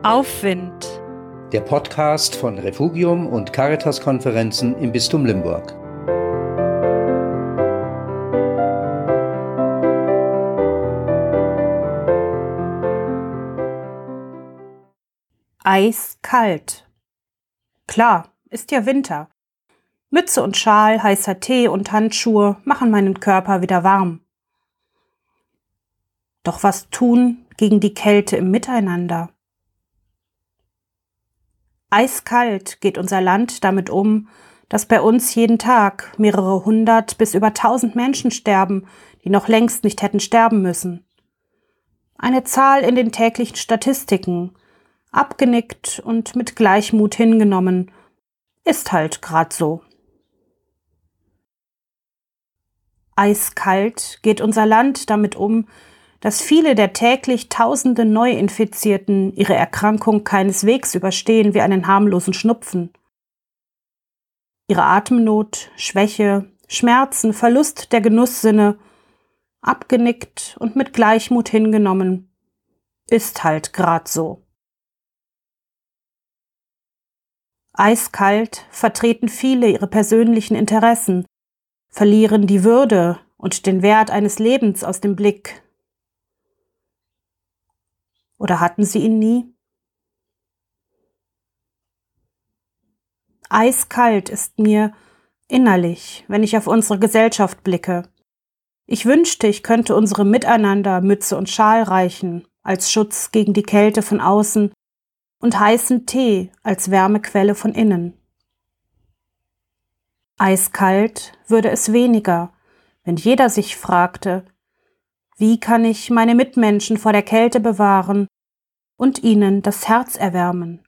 Aufwind. Der Podcast von Refugium und Caritas-Konferenzen im Bistum Limburg. Eiskalt. Klar, ist ja Winter. Mütze und Schal, heißer Tee und Handschuhe machen meinen Körper wieder warm. Doch was tun gegen die Kälte im Miteinander? Eiskalt geht unser Land damit um, dass bei uns jeden Tag mehrere hundert bis über 1000 Menschen sterben, die noch längst nicht hätten sterben müssen. Eine Zahl in den täglichen Statistiken, abgenickt und mit Gleichmut hingenommen, ist halt grad so. Eiskalt geht unser Land damit um, dass viele der täglich Tausende Neuinfizierten ihre Erkrankung keineswegs überstehen wie einen harmlosen Schnupfen. Ihre Atemnot, Schwäche, Schmerzen, Verlust der Genusssinne, abgenickt und mit Gleichmut hingenommen, ist halt grad so. Eiskalt vertreten viele ihre persönlichen Interessen, verlieren die Würde und den Wert eines Lebens aus dem Blick. Oder hatten sie ihn nie? Eiskalt ist mir innerlich, wenn ich auf unsere Gesellschaft blicke. Ich wünschte, ich könnte unserem Miteinander Mütze und Schal reichen, als Schutz gegen die Kälte von außen und heißen Tee als Wärmequelle von innen. Eiskalt würde es weniger, wenn jeder sich fragte, wie kann ich meine Mitmenschen vor der Kälte bewahren und ihnen das Herz erwärmen?